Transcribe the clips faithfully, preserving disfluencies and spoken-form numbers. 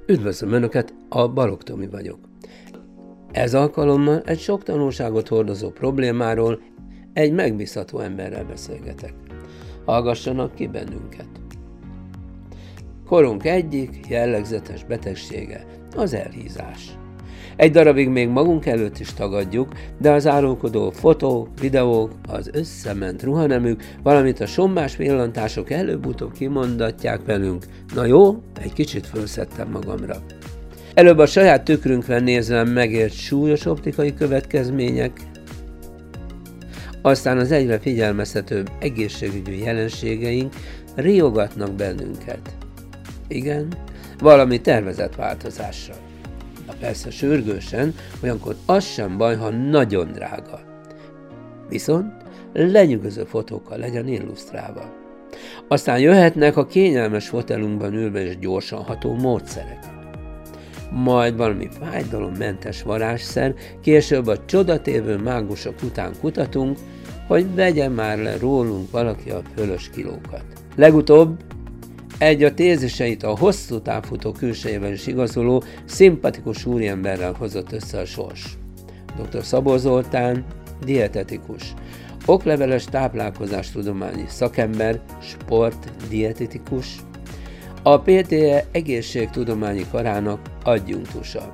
Üdvözlöm Önöket, a Balogh Tomi vagyok. Ez alkalommal egy sok tanulságot hordozó problémáról egy megbízható emberrel beszélgetek. Hallgassanak ki bennünket. Korunk egyik jellegzetes betegsége az elhízás. Egy darabig még magunk előtt is tagadjuk, de az árulkodó fotók, videók, az összement ruhanemük, valamint a sommás pillantások előbb-utóbb kimondatják velünk: na jó, egy kicsit fölszedtem magamra. Előbb a saját tükrünkben nézve megért súlyos optikai következmények, aztán az egyre figyelmeztetőbb egészségügyi jelenségeink riogatnak bennünket. Igen, valami tervezett változással. Na persze sürgősen, olyankor az sem baj, ha nagyon drága. Viszont lenyűgöző fotókkal legyen illusztrálva. Aztán jöhetnek a kényelmes fotelunkban ülve és gyorsan ható módszerek. Majd valami fájdalommentes varázsszer, később a csodatévő mágusok után kutatunk, hogy vegye már le rólunk valaki a fölös kilókat. Legutóbb egy a téziseit a hosszú távfutó külsejével is igazoló, szimpatikus úriemberrel hozott össze a sors. doktor Szabó Zoltán, dietetikus, okleveles táplálkozástudományi szakember, sportdietetikus, a pé té e egészségtudományi karának adjunktusa.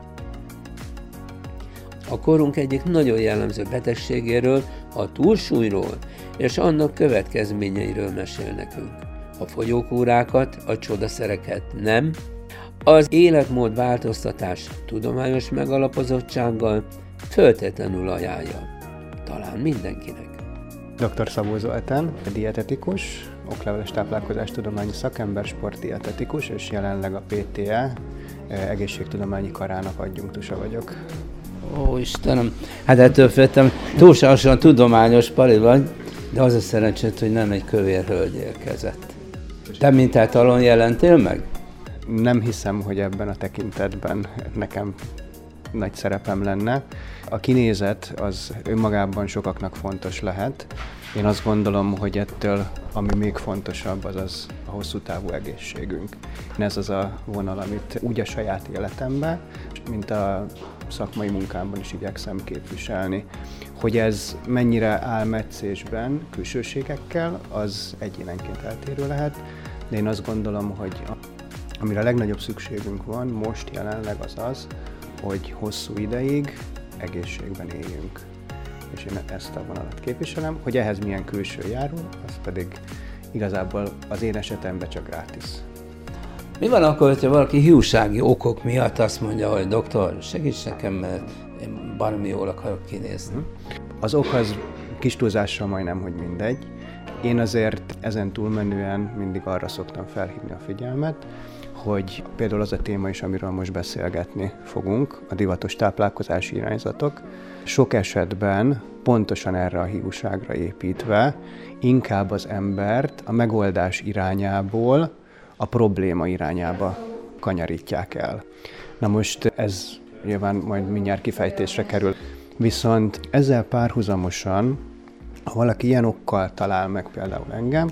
A korunk egyik nagyon jellemző betegségéről, a túlsúlyról és annak következményeiről mesél nekünk. A fogyókúrákat, a csodaszereket nem, az életmód változtatás tudományos megalapozottsággal föltétlenül ajánlja. Talán mindenkinek. doktor Szabó Zoltán, dietetikus, okleveles táplálkozástudományi szakember, sportdietetikus, és jelenleg a pé té e egészségtudományi karának adjunktusa vagyok. Ó, Istenem, hát ettől féltem, túlságosan tudományos pali vagy, de az a szerencsét, hogy nem egy kövér hölgy érkezett. Te mintátalan jelentél meg? Nem hiszem, hogy ebben a tekintetben nekem nagy szerepem lenne. A kinézet az önmagában sokaknak fontos lehet. Én azt gondolom, hogy ettől, ami még fontosabb, az az a hosszú távú egészségünk. Ez az a vonal, amit úgy a saját életemben, mint a szakmai munkámban is igyekszem képviselni. Hogy ez mennyire áll metszésben külsőségekkel, az egyénenként eltérő lehet, de én azt gondolom, hogy amire a legnagyobb szükségünk van most jelenleg az az, hogy hosszú ideig egészségben éljünk. És én ezt a vonalat képviselem, hogy ehhez milyen külső járul, az pedig igazából az én esetemben csak gratis. Mi van akkor, hogyha valaki hiúsági okok miatt azt mondja, hogy doktor, segíts nekem, mert én baromi jól akarok kinézni? Az ok az kis túlzással majdnem, hogy mindegy. Én azért ezen túlmenően mindig arra szoktam felhívni a figyelmet, hogy például az a téma is, amiről most beszélgetni fogunk, a divatos táplálkozási irányzatok, sok esetben pontosan erre a hiúságra építve inkább az embert a megoldás irányából a probléma irányába kanyarítják el. Na most ez nyilván majd mindjárt kifejtésre kerül. Viszont ezzel párhuzamosan, ha valaki ilyen okkal talál meg például engem,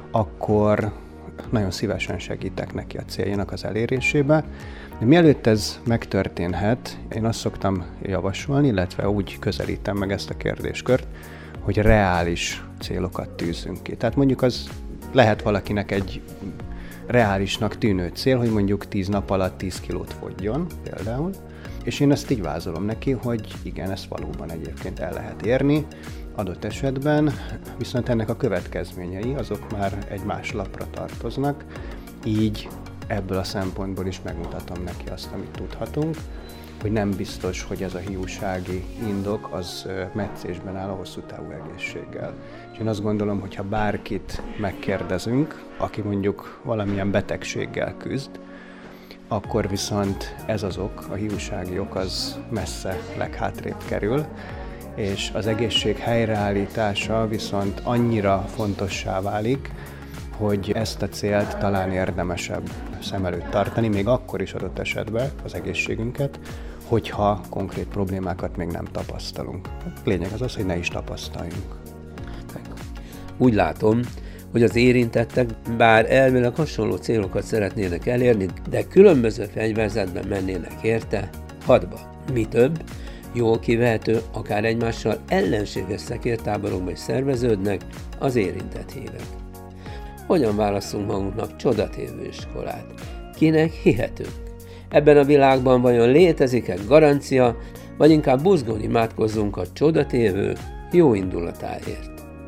akkor nagyon szívesen segítek neki a céljának az elérésébe. De mielőtt ez megtörténhet, én azt szoktam javasolni, illetve úgy közelítem meg ezt a kérdéskört, hogy reális célokat tűzünk ki. Tehát mondjuk az lehet valakinek egy reálisnak tűnő cél, hogy mondjuk tíz nap alatt tíz kilót fogyjon például, és én ezt így vázolom neki, hogy igen, ezt valóban egyébként el lehet érni, adott esetben, viszont ennek a következményei azok már egy más lapra tartoznak, így ebből a szempontból is megmutatom neki azt, amit tudhatunk, hogy nem biztos, hogy ez a hiúsági indok az metszésben áll a hosszú távú egészséggel. És én azt gondolom, hogy ha bárkit megkérdezünk, aki mondjuk valamilyen betegséggel küzd, akkor viszont ez az ok, a hiúsági ok az messze leghátrébb kerül, és az egészség helyreállítása viszont annyira fontossá válik, hogy ezt a célt talán érdemesebb szem előtt tartani, még akkor is adott esetben az egészségünket, hogyha konkrét problémákat még nem tapasztalunk. A lényeg az az, hogy ne is tapasztaljunk. Úgy látom, hogy az érintettek bár elvileg hasonló célokat szeretnének elérni, de különböző fegyverzetben mennének érte hadba. Mi több, jól kivehető, akár egymással ellenséges szekértáborokba is szerveződnek az érintett hívek. Hogyan válasszunk magunknak csodatévő iskolát? Kinek hihetünk? Ebben a világban vajon létezik-e garancia, vagy inkább buzgón imádkozzunk a csodatévő jó indulatáért?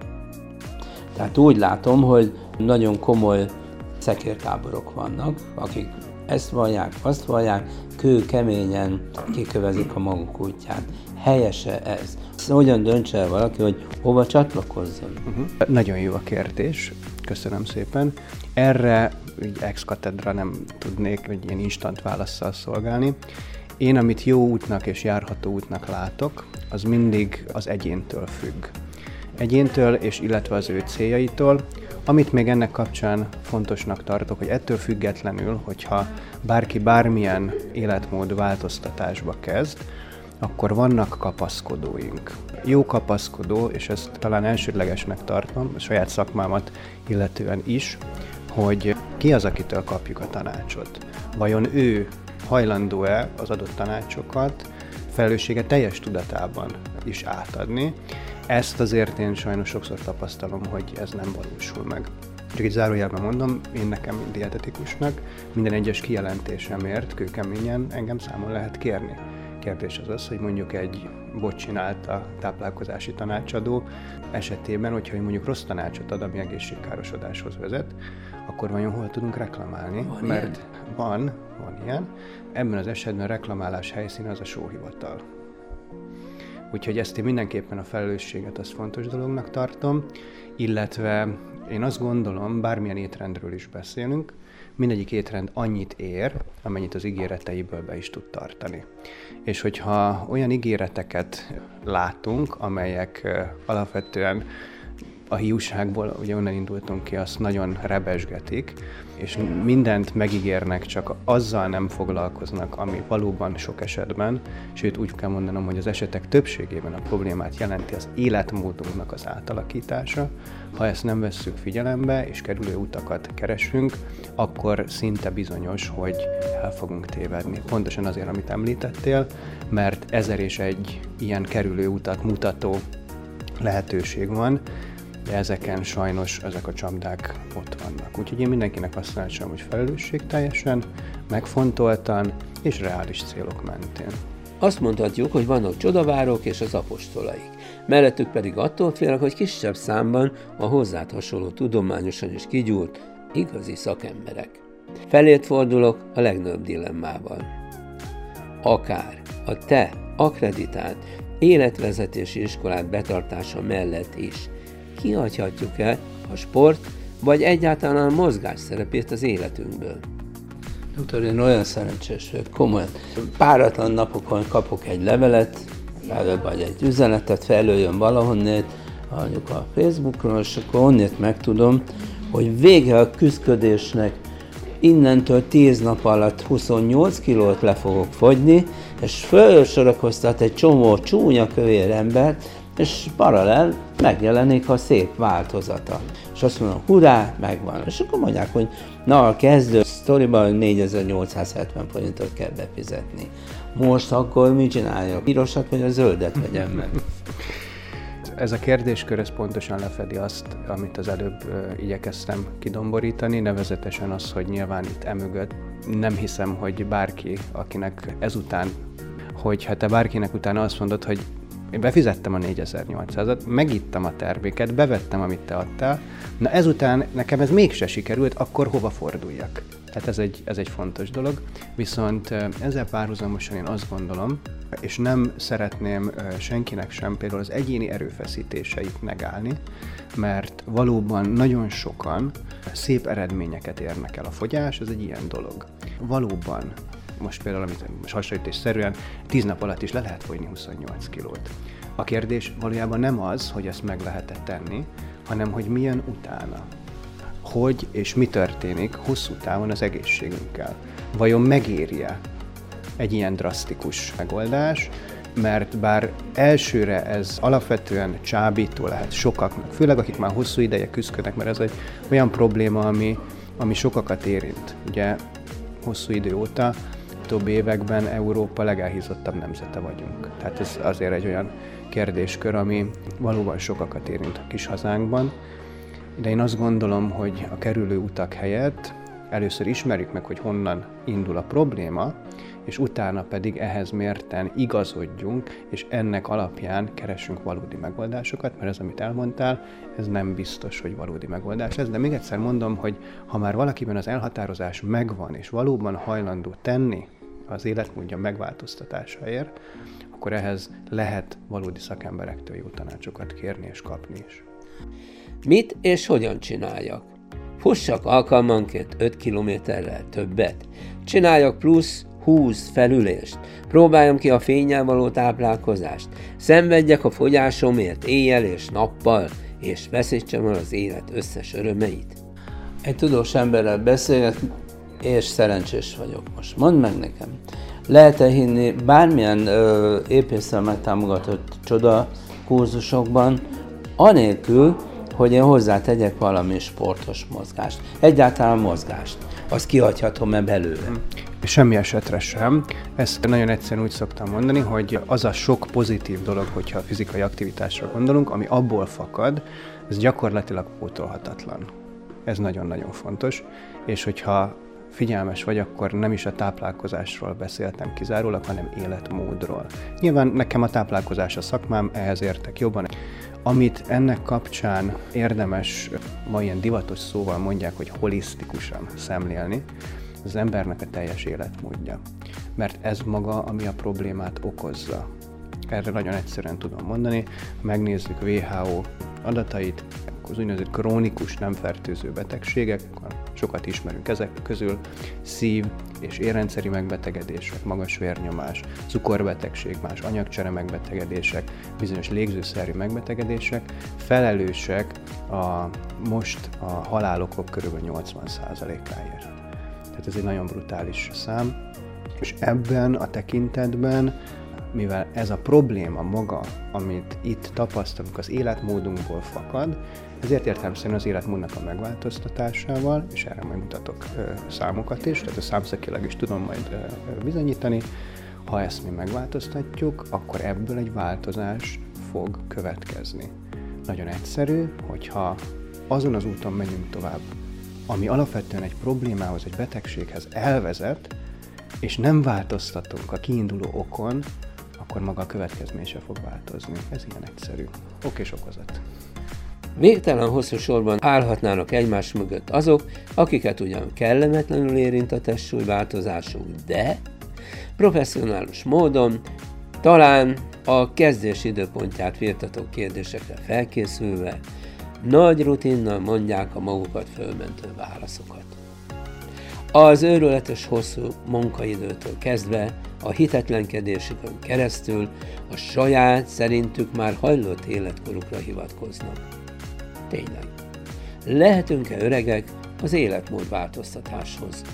Tehát úgy látom, hogy nagyon komoly szekértáborok vannak, akik ezt vallják, azt vallják, kőkeményen kikövezik a maguk útját. Helyese ez? Hogyan döntse el valaki, hogy hova csatlakozzon? Uh-huh. Nagyon jó a kérdés, köszönöm szépen. Erre ex cathedra nem tudnék egy ilyen instant válasszal szolgálni. Én, amit jó útnak és járható útnak látok, az mindig az egyéntől függ. Egyéntől és illetve az ő céljaitól. Amit még ennek kapcsán fontosnak tartok, hogy ettől függetlenül, hogyha bárki bármilyen életmód változtatásba kezd, akkor vannak kapaszkodóink. Jó kapaszkodó, és ezt talán elsődlegesnek tartom, a saját szakmámat illetően is, hogy ki az, akitől kapjuk a tanácsot. Vajon ő hajlandó-e az adott tanácsokat felelőssége teljes tudatában is átadni? Ezt azért én sajnos sokszor tapasztalom, hogy ez nem valósul meg. Csak egy zárójelben mondom, én nekem dietetikusnak minden egyes kijelentésemért kőkeményen engem számon lehet kérni. Kérdés az az, hogy mondjuk egy bot csinált a táplálkozási tanácsadó esetében, hogyha ő mondjuk rossz tanácsot ad, ami egészségkárosodáshoz vezet, akkor vajon hol tudunk reklamálni? Van Mert ilyen? van, van ilyen. Ebben az esetben a reklamálás helyszíne az a sóhivatal. Úgyhogy ezt én mindenképpen a felelősséget azt fontos dolognak tartom, illetve én azt gondolom, bármilyen étrendről is beszélünk, mindegyik étrend annyit ér, amennyit az ígéreteiből be is tud tartani. És hogyha olyan ígéreteket látunk, amelyek alapvetően a hiúságból, ugye onnan indultunk ki, azt nagyon rebesgetik, és mindent megígérnek, csak azzal nem foglalkoznak, ami valóban sok esetben, sőt úgy kell mondanom, hogy az esetek többségében a problémát jelenti az életmódunknak az átalakítása. Ha ezt nem vesszük figyelembe, és kerülő utakat keresünk, akkor szinte bizonyos, hogy el fogunk tévedni. Pontosan azért, amit említettél, mert ezer és egy ilyen kerülő utat mutató lehetőség van, de ezeken sajnos ezek a csapdák ott vannak. Úgyhogy én mindenkinek azt tanácsolom, hogy felelősségteljesen, megfontoltan és reális célok mentén. Azt mondhatjuk, hogy vannak csodavárok és az apostolaik. Mellettük pedig attól félek, hogy kisebb számban a hozzád hasonló tudományosan is kigyúrt igazi szakemberek. Felét fordulok a legnagyobb dilemmával. Akár a te akkreditált életvezetési iskolát betartása mellett is kihagyhatjuk el a sport, vagy egyáltalán a mozgás szerepét az életünkből. Doktor, én olyan szerencsés vagyok, komolyan. Páratlan napokon kapok egy levelet, vagy egy üzenetet, felőjön valahonnét, mondjuk a Facebookon, és akkor onnét megtudom, hogy vége a küszködésnek, innentől tíz nap alatt huszonnyolc kilót le fogok fogyni, és fölsorakoztat egy csomó csúnya kövér embert, és paralel megjelenik a szép változata. És azt mondom, hurrá, megvan. És akkor mondják, hogy na, a kezdő sztoriban négyezer-nyolcszázhetven forintot kell befizetni. Most akkor mit csináljak? Pirosat vagy a zöldet vegyem meg? Ez a kérdéskör ez pontosan lefedi azt, amit az előbb uh, igyekeztem kidomborítani, nevezetesen az, hogy nyilván itt emögött nem hiszem, hogy bárki, akinek ezután, hogy hát te bárkinek utána azt mondod, hogy én befizettem a négyezer-nyolcszázat, megittam a terméket, bevettem, amit te adtál, na ezután nekem ez mégse sikerült, akkor hova forduljak? Tehát ez egy, ez egy fontos dolog, viszont ezzel párhuzamosan én azt gondolom, és nem szeretném senkinek sem például az egyéni erőfeszítéseit megállni, mert valóban nagyon sokan szép eredményeket érnek el. A fogyás, ez egy ilyen dolog. Valóban, most például, amit most hasonlítésszerűen, tíz nap alatt is le lehet fogyni huszonnyolc kilót. A kérdés valójában nem az, hogy ezt meg lehet-e tenni, hanem hogy milyen utána. Hogy és mi történik hosszú távon az egészségünkkel. Vajon megéri-e egy ilyen drasztikus megoldás, mert bár elsőre ez alapvetően csábító lehet sokaknak, főleg akik már hosszú ideje küzdködnek, mert ez egy olyan probléma, ami, ami sokakat érint. Ugye hosszú idő óta, több években Európa legelhízottabb nemzete vagyunk. Tehát ez azért egy olyan kérdéskör, ami valóban sokakat érint a kis hazánkban. De én azt gondolom, hogy a kerülő utak helyett először ismerjük meg, hogy honnan indul a probléma, és utána pedig ehhez mérten igazodjunk, és ennek alapján keressünk valódi megoldásokat, mert ez, amit elmondtál, ez nem biztos, hogy valódi megoldás ez. De még egyszer mondom, hogy ha már valakiben az elhatározás megvan, és valóban hajlandó tenni az életmódja megváltoztatásáért, akkor ehhez lehet valódi szakemberektől jó tanácsokat kérni és kapni is. Mit és hogyan csináljak? Fussak alkalmanként öt kilométerrel többet? Csináljak plusz húsz felülést? Próbáljam ki a fénnyel való táplálkozást? Szenvedjek a fogyásomért éjjel és nappal? És veszítsem el az élet összes örömeit? Egy tudós emberrel beszélget, és szerencsés vagyok most. Mondd meg nekem, lehet-e hinni bármilyen ö, épésszel megtámogatott csoda kurzusokban, anélkül, hogy én hozzátegyek valami sportos mozgást. Egyáltalán mozgást. Azt kihagyhatom-e belőle? Semmi esetre sem. Ezt nagyon egyszerűen úgy szoktam mondani, hogy az a sok pozitív dolog, hogyha a fizikai aktivitásra gondolunk, ami abból fakad, ez gyakorlatilag pótolhatatlan. Ez nagyon-nagyon fontos. És hogyha figyelmes vagy, akkor nem is a táplálkozásról beszéltem kizárólag, hanem életmódról. Nyilván nekem a táplálkozás a szakmám, ehhez értek jobban. Amit ennek kapcsán érdemes, ma ilyen divatos szóval mondják, hogy holisztikusan szemlélni, az embernek a teljes életmódja. Mert ez maga, ami a problémát okozza. Erre nagyon egyszerűen tudom mondani, ha megnézzük a dupla vé há ó adatait, az úgynevezett krónikus nem fertőző betegségek, sokat ismerünk ezek közül, szív- és érrendszeri megbetegedések, magas vérnyomás, cukorbetegség, más anyagcsere megbetegedések, bizonyos légzőszervi megbetegedések felelősek a, most a halálokok kb. nyolcvan százalékáért. Tehát ez egy nagyon brutális szám, és ebben a tekintetben, mivel ez a probléma maga, amit itt tapasztalunk, az életmódunkból fakad, ezért értelemszerűen az életmódnak a megváltoztatásával, és erre majd mutatok ö, számokat is, tehát a számszakilag is tudom majd ö, bizonyítani, ha ezt mi megváltoztatjuk, akkor ebből egy változás fog következni. Nagyon egyszerű, hogyha azon az úton megyünk tovább, ami alapvetően egy problémához, egy betegséghez elvezet, és nem változtatunk a kiinduló okon, akkor maga a következmény se fog változni. Ez ilyen egyszerű. Ok és okozat. Végtelen hosszú sorban állhatnának egymás mögött azok, akiket ugyan kellemetlenül érint a testsúlyváltozásuk, de professzionális módon, talán a kezdés időpontját firtató kérdésekre felkészülve, nagy rutinnal mondják a magukat fölmentő válaszokat. Az őrületes hosszú munkaidőtől kezdve, a hitetlenkedésükön keresztül a saját, szerintük már hajlott életkorukra hivatkoznak. Tényleg. Lehetünk-e öregek az életmód változtatáshoz?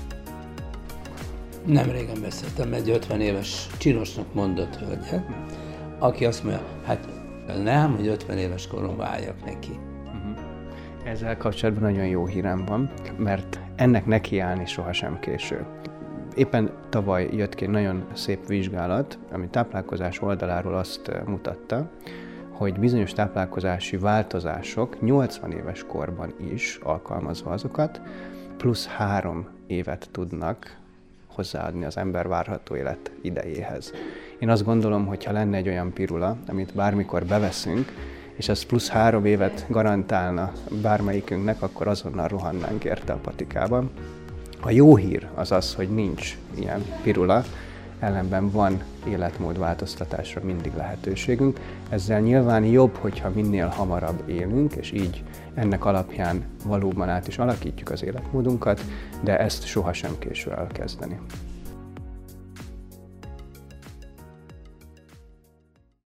Nem régen beszéltem egy ötven éves csinosnak mondott hölgyet, aki azt mondja, hát nem, hogy ötven éves koron váljak neki. Ezzel kapcsolatban nagyon jó hírem van, mert ennek nekiállni sohasem késő. Éppen tavaly jött ki egy nagyon szép vizsgálat, ami táplálkozás oldaláról azt mutatta, hogy bizonyos táplálkozási változások nyolcvan éves korban is, alkalmazva azokat, plusz három évet tudnak hozzáadni az ember várható élet idejéhez. Én azt gondolom, hogy ha lenne egy olyan pirula, amit bármikor beveszünk, és ez plusz három évet garantálna bármelyikünknek, akkor azonnal rohannánk érte a patikában. A jó hír az az, hogy nincs ilyen pirula, ellenben van életmódváltoztatásra mindig lehetőségünk. Ezzel nyilván jobb, hogyha minél hamarabb élünk, és így ennek alapján valóban át is alakítjuk az életmódunkat, de ezt sohasem késő elkezdeni.